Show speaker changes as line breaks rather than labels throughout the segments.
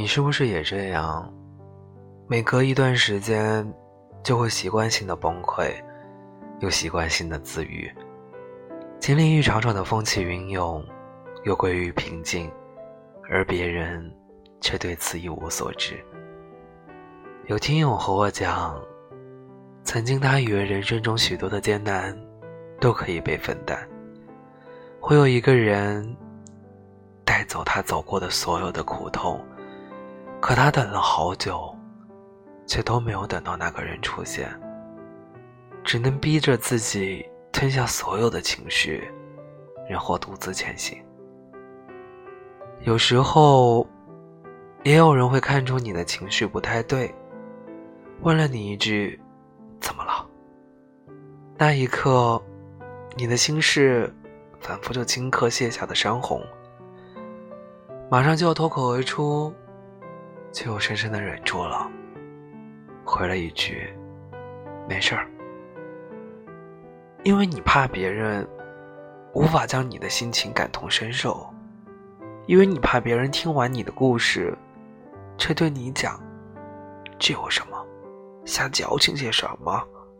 你是不是也这样？每隔一段时间就会习惯性的崩溃，又习惯性的自愈，经历一场场的风起云涌，又归于平静，而别人却对此一无所知。有听友和我讲，曾经他以为人生中许多的艰难都可以被分担，会有一个人带走他走过的所有的苦痛，可他等了好久，却都没有等到那个人出现，只能逼着自己吞下所有的情绪，然后独自前行。有时候也有人会看出你的情绪不太对，问了你一句怎么了，那一刻你的心事仿佛就顷刻卸下的山洪，马上就要脱口而出，却又深深地忍住了，回了一句没事儿。因为你怕别人无法将你的心情感同身受，因为你怕别人听完你的故事却对你讲这有什么，瞎矫情些什么。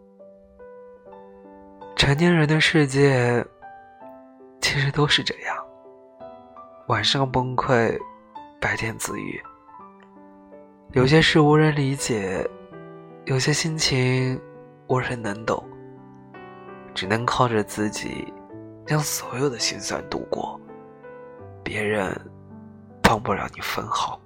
成年人的世界其实都是这样，晚上崩溃，白天自愈。有些事无人理解，有些心情无人能懂，只能靠着自己将所有的心酸度过，别人帮不了你分毫。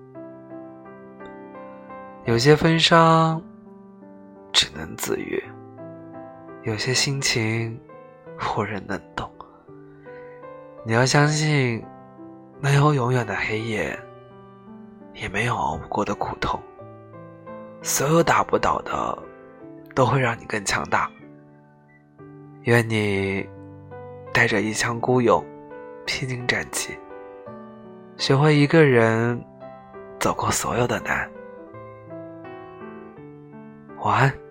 有些分伤只能自愈，有些心情无人能懂。你要相信，没有永远的黑夜，也没有熬不过的苦痛，所有打不倒的都会让你更强大。愿你带着一腔孤勇披荆斩棘，学会一个人走过所有的难。晚安。